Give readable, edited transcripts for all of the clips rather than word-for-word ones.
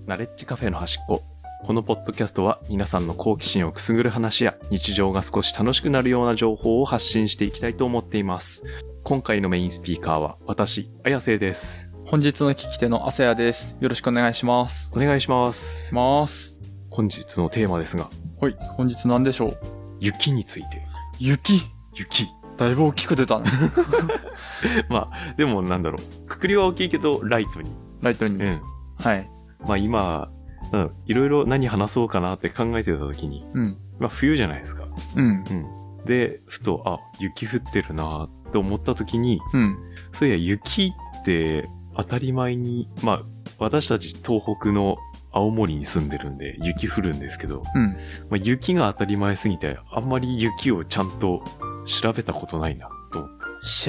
ナレッジカフェの端っこ。このポッドキャストは皆さんの好奇心をくすぐる話や日常が少し楽しくなるような情報を発信していきたいと思っています。今回のメインスピーカーは私、綾瀬です。 本日の聞き手のあせやです。よろしくお願いします。 お願いします。本日のテーマですが。 はい、本日何でしょう？ 雪について。 雪。だいぶ大きく出たね。 まあ、でもなんだろう。くくりは大きいけど、ライトに。うん。 はい。 まあ今、いろいろ何話そうかなって考えてた時に、まあ冬じゃないですか。で、ふと、雪降ってるなって思った時に、そういや雪って当たり前に、まあ私たち東北の青森に住んでるんで雪降るんですけど、まあ、雪が当たり前すぎてあんまり雪をちゃんと調べたことないなと思った。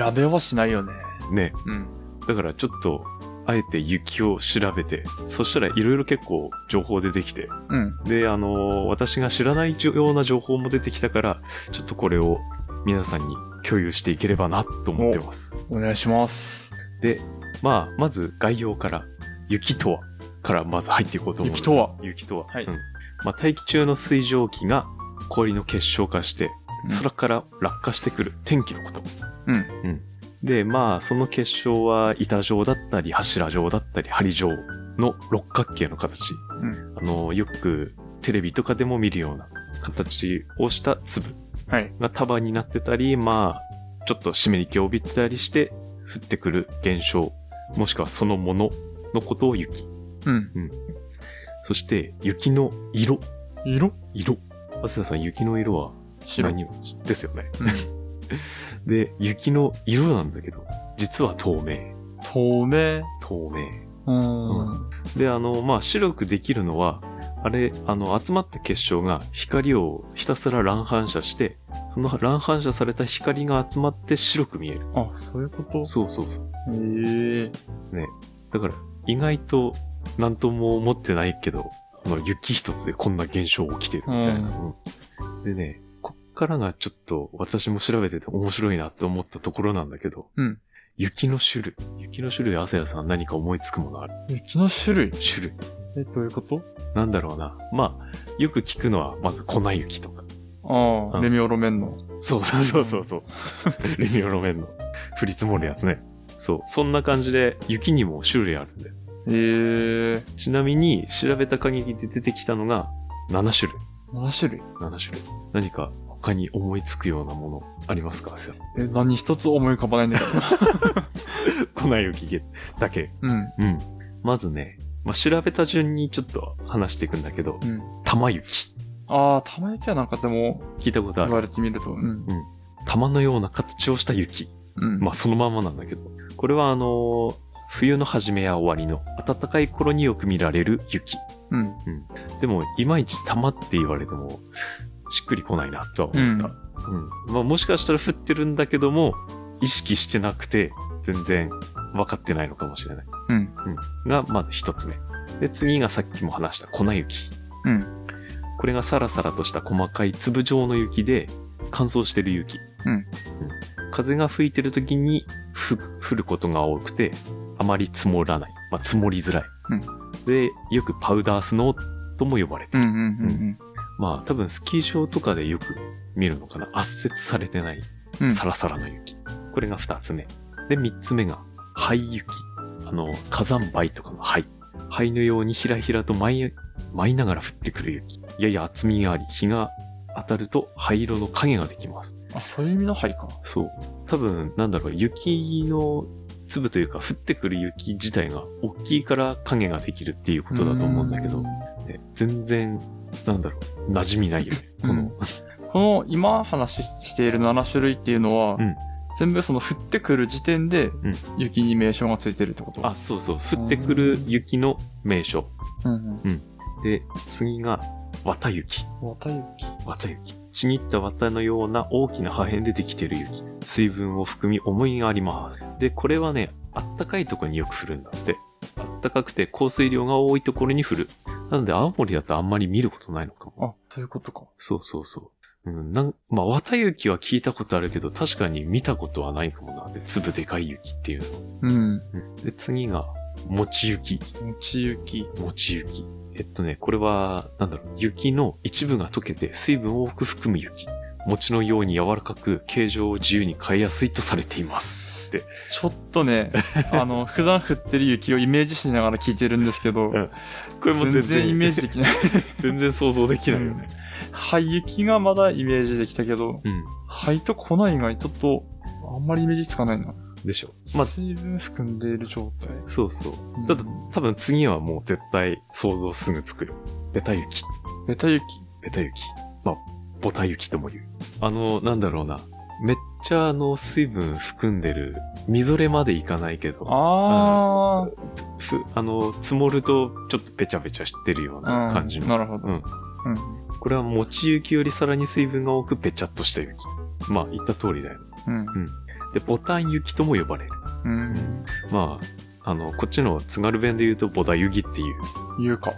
調べはしないよね。 ね。だからちょっとあえて雪を調べて、そしたらいろいろ結構情報出てきて、で、私が知らないような情報も出てきたから、ちょっとこれを皆さんに共有していければなと思ってます。 お願いします。 で、まあ、まず概要から、雪とはからまず入っていこうと思うんです。雪とは。 はい。 まあ、大気中の水蒸気が氷の結晶化して、空から落下してくる天気のこと。で、まあ、その結晶は板状だったり、柱状だったり、針状の六角形の形。よくテレビとかでも見るような形をした粒が束になってたり、まあ、ちょっと湿り気を帯びてたりして降ってくる現象、もしくはそのもののことを雪。そして、雪の色。あすやさん、雪の色は何ですよね。で、雪の色なんだけど、実は透明。で、まあ、白くできるのは、あれ、集まった結晶が光をひたすら乱反射して、その乱反射された光が集まって白く見える。 あ、そういうこと？ そう。ね。だから、意外と何とも思ってないけど、雪一つでこんな現象起きてるみたいな。でね、こっからがちょっと私も調べてて面白いなって思ったところなんだけど、雪の種類、あせやさん何か思いつくものある？ 雪の種類。 どういうこと？ なんだろうな。まあ、よく聞くのはまず粉雪とか。 レミオロメンの。 そう。レミオロメンの降り積もるやつね。そう。そんな感じで雪にも種類あるんで。ちなみに調べた限りで出てきたのが7種類。7種類。何か他に思いつくようなものありますか？ 何一つ思い浮かばないんだけど。 粉雪だけ。まずね、まあ、調べた順にちょっと話していくんだけど、玉雪。 玉雪はなんかでも聞いたことある。 言われてみると、 玉のような形をした雪。まあそのままなんだけど、これは冬の初めや終わりの暖かい頃によく見られる雪。でもいまいち玉って言われてもしっくりこないなとは思った。まあもしかしたら降ってるんだけども意識してなくて全然分かってないのかもしれない。がまず一つ目。で次がさっきも話した粉雪。これがサラサラとした細かい粒状の雪で乾燥してる雪。風が吹いてる時に降ることが多くてあまり積もらない。まあ積もりづらい。で、よくパウダースノーとも呼ばれてる。まあ多分スキー場とかでよく見るのかな。圧雪されてないサラサラの雪。これが二つ目。で、三つ目が灰雪。火山灰とかの灰。灰のようにひらひらと舞いながら降ってくる雪。やや厚みがあり、日が当たると灰色の影ができます。 そういう意味の灰か。 そう。多分、雪の粒というか降ってくる雪自体が大きいから影ができるっていうことだと思うんだけど、全然、馴染みないよね。 この今話している7種類っていうのは、全部その降ってくる時点で雪に名称がついてるってこと？ そう。降ってくる雪の名称。で、次が綿雪。ちぎった綿のような大きな破片でできている雪。水分を含み重みがあります。で、これはね、あったかいところによく降るんだって。あったかくて降水量が多いところに降る。なので青森だとあんまり見ることないのかも。 そういうことか。 そう。まあ、綿雪は聞いたことあるけど、確かに見たことはないかもな。で、粒でかい雪っていうの。で、次がもち雪。 もち雪。 もち雪。これは、雪の一部が溶けて水分を多く含む雪。餅のように柔らかく、形状を自由に変えやすいとされています。って。 ちょっとね、普段降ってる雪をイメージしながら聞いてるんですけど、 これも全然イメージできない。 全然想像できないよね。 灰雪がまだイメージできたけど、灰と粉以外ちょっと、あんまりイメージつかないな。 でしょ。 水分含んでいる状態。 そうそう。ただ、多分次はもう絶対想像すぐつくよ。ベタ雪。 ベタ雪。 まあ、ボタ雪とも言う。なんだろうな。めっちゃ水分含んでる、みぞれまでいかないけど。積もるとちょっとペチャペチャしてるような感じの。 なるほど。 これはもち雪よりさらに水分が多くペチャっとした雪。まあ、言った通りだよ。で、ボタン雪とも呼ばれる。まあ、こっちの津軽弁で言うとボタ雪っていう。 言うか。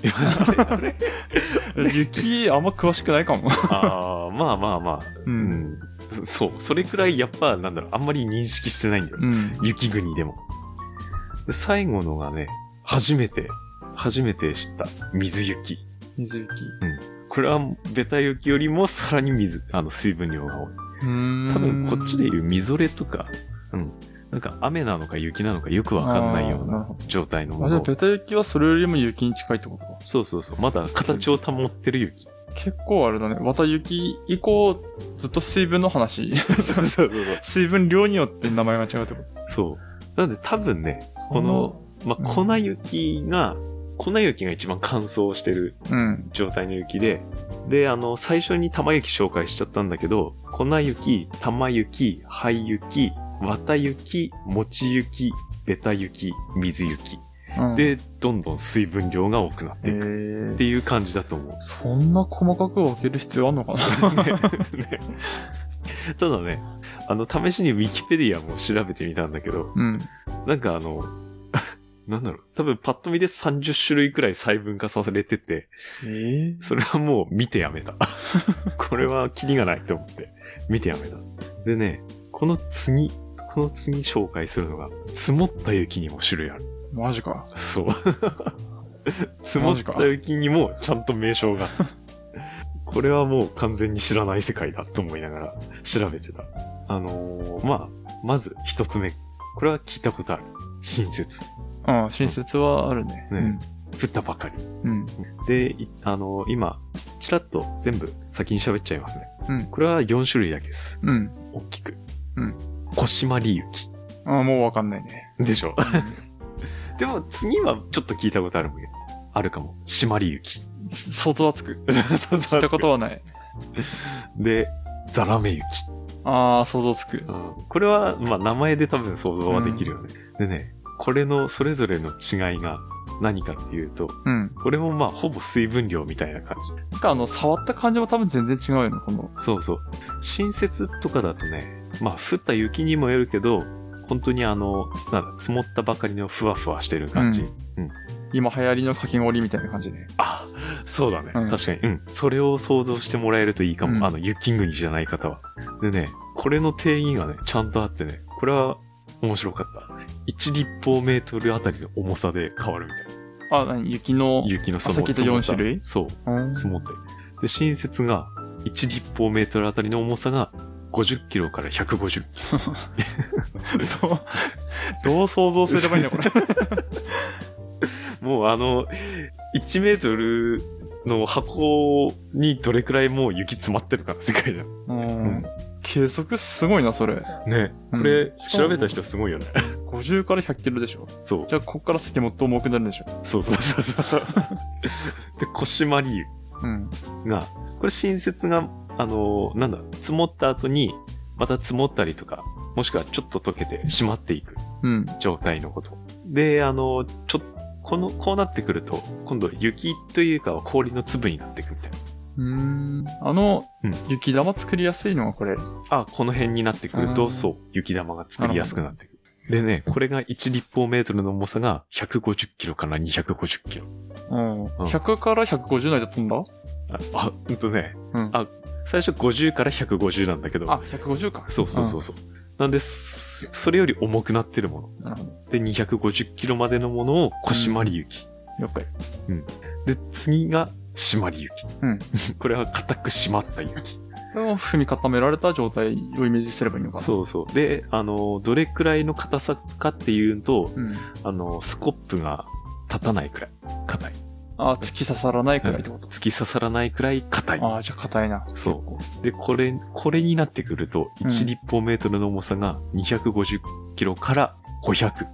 雪あんま詳しくないかも。 まあ。そう。それくらいやっぱ、あんまり認識してないんだよ。雪国でも。で、最後のがね、初めて知った水雪。これはベタ雪よりもさらに水分量が多い。多分こっちでいうみぞれとか、なんか雨なのか雪なのかよくわかんないような状態のもの。 ベタ雪はそれよりも雪に近いってことか。 そう。まだ形を保ってる雪。 結構あれだね。わた雪以降、ずっと水分の話。 そう。 水分量によって名前が違うってこと。 そう。なんで多分ね、この、粉雪が一番乾燥してる状態の雪で、で、最初に玉雪紹介しちゃったんだけど、粉雪、玉雪、灰雪、綿雪、餅雪、ベタ雪、水雪。で、どんどん水分量が多くなっていくっていう感じだと思う。 そんな細かく分ける必要あんのかなね。ただね、試しにウィキペディアも調べてみたんだけど、なんか多分パッと見で30種類くらい細分化されてて、それはもう見てやめた。これはキリがないと思って見てやめた。でね、この次紹介するのが、積もった雪にも種類ある。 マジか。 そう。積もった雪にもちゃんと名称がある。これはもう完全に知らない世界だと思いながら調べてた。まず一つ目。これは聞いたことある。新雪。 新雪はあるね。 降ったばかり。で、今、ちらっと全部先に喋っちゃいますね。これは4種類だけです。大きく。小島里雪。 もうわかんないね。 でしょ。でも次はちょっと聞いたことあるもんね。あるかも。島里雪。 相当熱く。聞いたことはない。 で、ザラメ雪。 想像つく。 これは、名前で多分想像はできるよね。でね、これのそれぞれの違いが何かっていうと、これもほぼ水分量みたいな感じ。 なんか触った感じも多分全然違うよね、この。 そう。新雪とかだとね、降った雪にもよるけど、本当に積もったばかりのふわふわしてる感じ。 今流行りのかき氷みたいな感じね。 そうだね。確かに。それを想像してもらえるといいかも。雪国じゃない方は。でね、これの定義がね、ちゃんとあってね、これは面白かった。1立方メートルあたりの重さで変わるみたいな。 雪のそのさっき言った4種類そう。積もって。で、新雪が1立方メートルあたりの重さが50キロから150キロ。 どう想像すればいいんだ、これ。 もう1メートルの箱にどれくらいもう雪詰まってるかの世界じゃん。 計測すごいな、それ。 ね。これ、調べた人すごいよね。 50から100キロでしょ。 そう。 じゃあ、こっから先もっと重くなるんでしょ。 そう。で、小島里雪が、これ新雪が、積もった後に、また積もったりとか、もしくはちょっと溶けてしまっていく状態のこと。で、こうなってくると、今度雪というか氷の粒になっていくみたいな。 雪玉作りやすいのがこれ。 この辺になってくると、そう、雪玉が作りやすくなってくる。でね、これが1立方メートルの重さが150キロから250キロ。 100から150の間飛んだ？ 最初50から150なんだけど。 150か。 そう。 なんで、それより重くなってるもの。 なるほど。 で、250キロまでのものを小締り雪。 了解。 うん。で、次が締まり雪。 うん。 これは固く締まった雪。 これを踏み固められた状態をイメージすればいいのかな。 そうそう。で、どれくらいの硬さかっていうと、 うん、 スコップが立たないくらい硬い。 あ、突き刺さらないくらいってこと、 突き刺さらないくらい硬い。 ああ、じゃあ硬いな。 そう。で、これになってくると、1立方メートルの重さが250キロから500。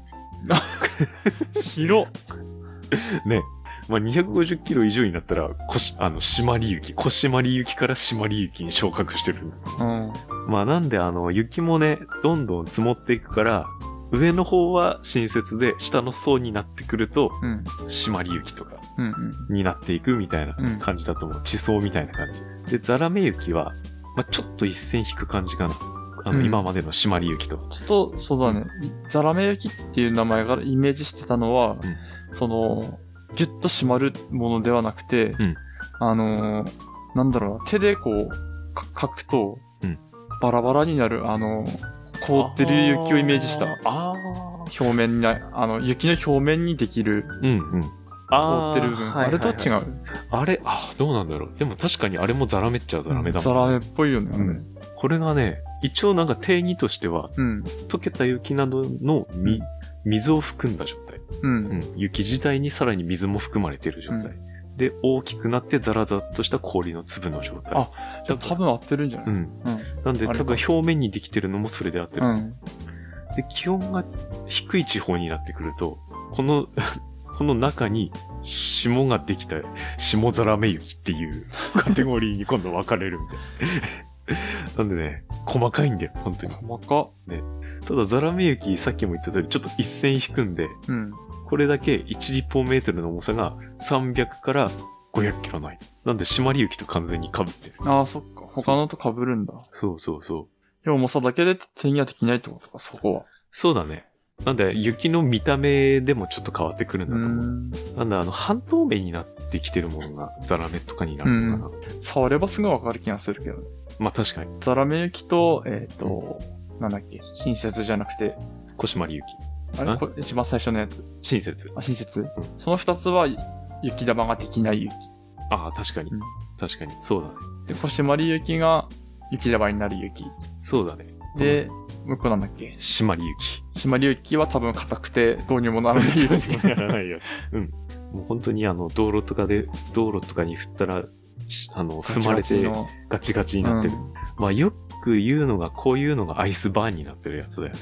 広っね。まあ、250キロ以上になったら、締まり雪、小締まり雪から締まり雪に昇格してる。 うん。 まあ、なんで雪もね、どんどん積もっていくから、上の方は新雪で、下の層になってくると、締まり雪とか、になっていくみたいな感じだと思う。地層みたいな感じ。で、ザラメ雪は、まあ、ちょっと一線引く感じかな。今までの締まり雪と。 ちょっと、そうだね。ザラメ雪っていう名前がイメージしてたのは、ギュッと締まるものではなくて、なんだろうな、手でこう、書くと、バラバラになる、凍ってる雪をイメージした。表面に雪の表面にできる、凍ってる部分。あれとは違う。 あれ、どうなんだろう。でも確かにあれもザラメっちゃザラメだもんね。 ザラメっぽいよね。 これがね、一応なんか定義としては、溶けた雪などの水を含んだ状態。雪自体にさらに水も含まれている状態。で、大きくなってザラザッとした氷の粒の状態。 じゃあ多分合ってるんじゃない？ なんで多分表面にできてるのもそれで合ってる。で、気温が低い地方になってくると、この中に霜ができた霜ザラメ雪っていうカテゴリーに今度分かれるんで。なんでね、細かいんだよ、本当に。 細か。 ね。ただザラメ雪、さっきも言った通り、ちょっと一線引くんで、これだけ1立方メートルの重さが300から500キロない。なんで、締まり雪と完全に被ってる。 そっか。他のと被るんだ。 そうそうそう。 でも重さだけで手にはできないってことか、そこは。 そうだね。なんで、雪の見た目でもちょっと変わってくるんだと思う。なんで、半透明になってきてるものがザラメとかになるのかな。 触ればすぐわかる気がするけど。 まあ確かに。 ザラメ雪と、なんだっけ、新雪じゃなくて。 小締まり雪。 あれ一番最初のやつ。 新雪。 新雪、その二つは雪玉ができない雪。 確かに。確かに。そうだね。 で、小締まり雪が雪玉になる雪。 そうだね。 で、もう一個なんだっけ？ 締まり雪。 締まり雪は多分硬くてどうにもならない雪。 どうにもならないよ。もう本当に道路とかに振ったら、踏まれてガチガチになってる。まあよく言うのが、こういうのがアイスバーンになってるやつだよね。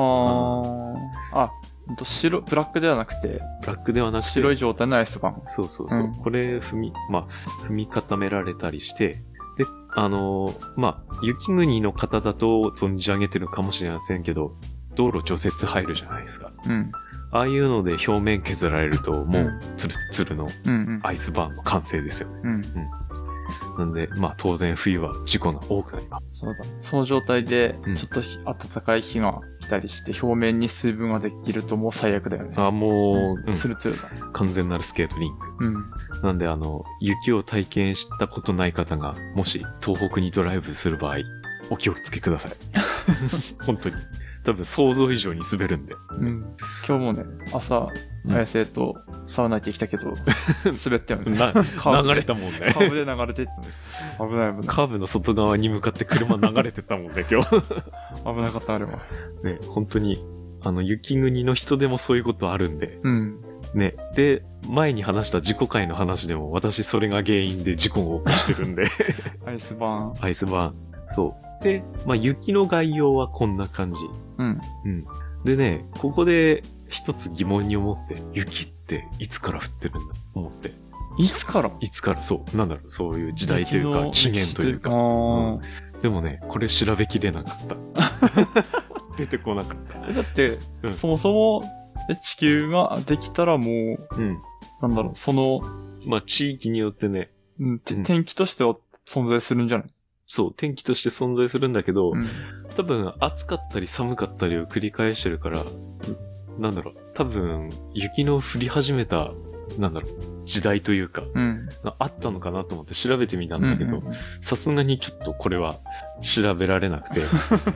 ブラックではなくて。 ブラックではなくて。 白い状態のアイスバーン。 そうそうそう。これ踏み固められたりして、で、雪国の方だと存じ上げてるかもしれませんけど、道路除雪入るじゃないですか。ああいうので表面削られると、もう、ツルッツルのアイスバーンの完成ですよね。なんで、当然冬は事故が多くなります。 そうだ。その状態で、ちょっと暖かい日が来たりして、表面に水分ができるともう最悪だよね。 もう、 ツルツルだ。 完全なるスケートリンク。なんで雪を体験したことない方が、もし東北にドライブする場合、お気をつけください。本当に。多分想像以上に滑るんで。 今日もね、朝、綾瀬とサウナ行ってきたけど、滑ったよね。 流れたもんね。 カーブで流れていったの。危ない。 カーブの外側に向かって車流れてたもんね、今日。 危なかった、あれは。 ね、本当に、雪国の人でもそういうことあるんで。ね。で、前に話した事故界の話でも、私それが原因で事故を起こしてるんで。 アイスバーン。 アイスバーン。そう。で、雪の概要はこんな感じ。でね、ここで一つ疑問に思って、雪っていつから降ってるんだと思って。 いつからそう。なんだろう、そういう時代というか、起源というか。でもね、これ調べきれなかった。出てこなかった。 だって、そもそも、地球ができたらもう、なんだろう、 地域によってね。 天気としては存在するんじゃない？ そう、天気として存在するんだけど、多分暑かったり寒かったりを繰り返してるから、なんだろう、多分雪の降り始めた、時代というか、があったのかなと思って調べてみたんだけど、さすがにちょっとこれは調べられなくて、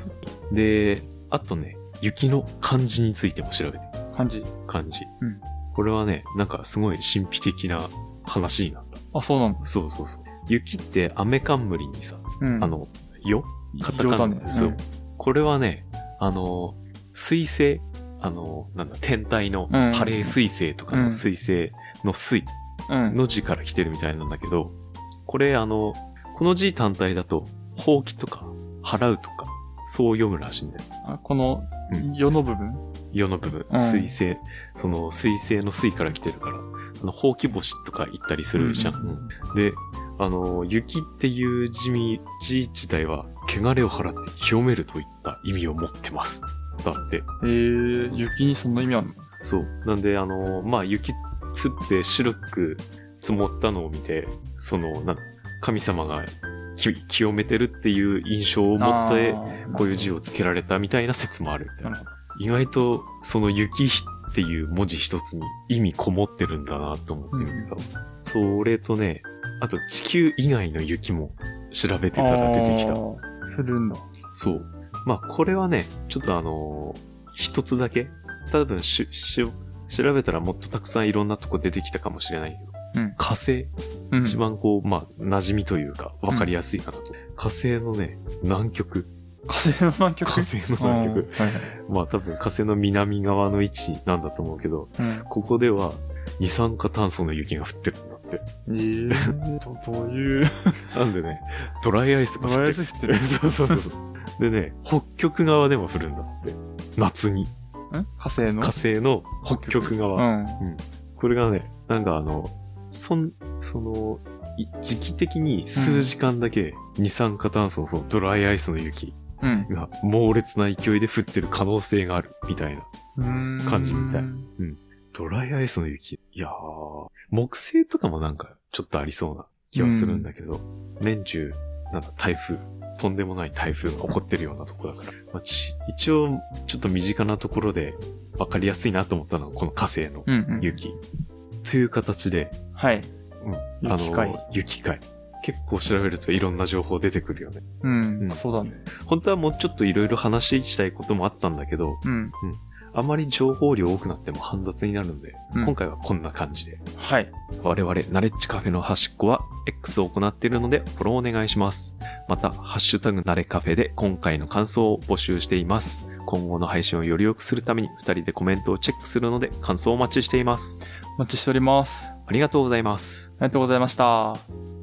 で、あとね、雪の漢字についても調べてる。 漢字。 うん。これはね、なんかすごい神秘的な話になった。 あ、そうなんだ。 そう。雪って雨冠にさ、よカタカナなんですよ。これはね、水星、天体のハレー彗星とかの彗星の水の字から来てるみたいなんだけど、これこの字単体だと、ほうきとか、払うとか、そう読むらしいんだよ。 あ、この、世の部分世の部分、水星、その水星の水から来てるから、ほうき星とか言ったりするじゃん。で、雪っていう字自体は、汚れを払って清めるといった意味を持ってます。だって。 雪にそんな意味あるの？ そう。なんで、雪降って白く積もったのを見て、神様が清めてるっていう印象を持って、こういう字をつけられたみたいな説もあるみたいな。意外と、その雪っていう文字一つに意味こもってるんだなと思って見てた。それとね、あと地球以外の雪も調べてたら出てきた。 降るんだ。 そう。これはね、ちょっと一つだけ、多分調べたらもっとたくさんいろんなとこ出てきたかもしれないけど、火星、一番馴染みというか、わかりやすいかなと。火星のね、南極。 火星の南極。 多分火星の南側の位置なんだと思うけど、ここでは二酸化炭素の雪が降ってるんだって。 どういうなんでね、ドライアイスが降ってる。そう。でね、北極側でも降るんだって。夏に。 火星の北極側。これがね、なんか時期的に数時間だけ二酸化炭素のそのドライアイスの雪が猛烈な勢いで降ってる可能性があるみたいな感じみたい。ドライアイスの雪。いやー、木星とかもなんかちょっとありそうな気はするんだけど、年中、台風、とんでもない台風が起こってるようなとこだから、一応、ちょっと身近なところで分かりやすいなと思ったのは、この火星の雪。という形で、 はい。 雪海。結構調べるといろんな情報出てくるよね。 そうだね。 本当はもうちょっといろいろ話したいこともあったんだけど、あまり情報量多くなっても煩雑になるので、今回はこんな感じで。 はい。 我々、ナレッジカフェの端っこは X を行っているのでフォローお願いします。また、ハッシュタグナレカフェで今回の感想を募集しています。今後の配信をより良くするために2人でコメントをチェックするので感想をお待ちしています。 お待ちしております。 ありがとうございます。 ありがとうございました。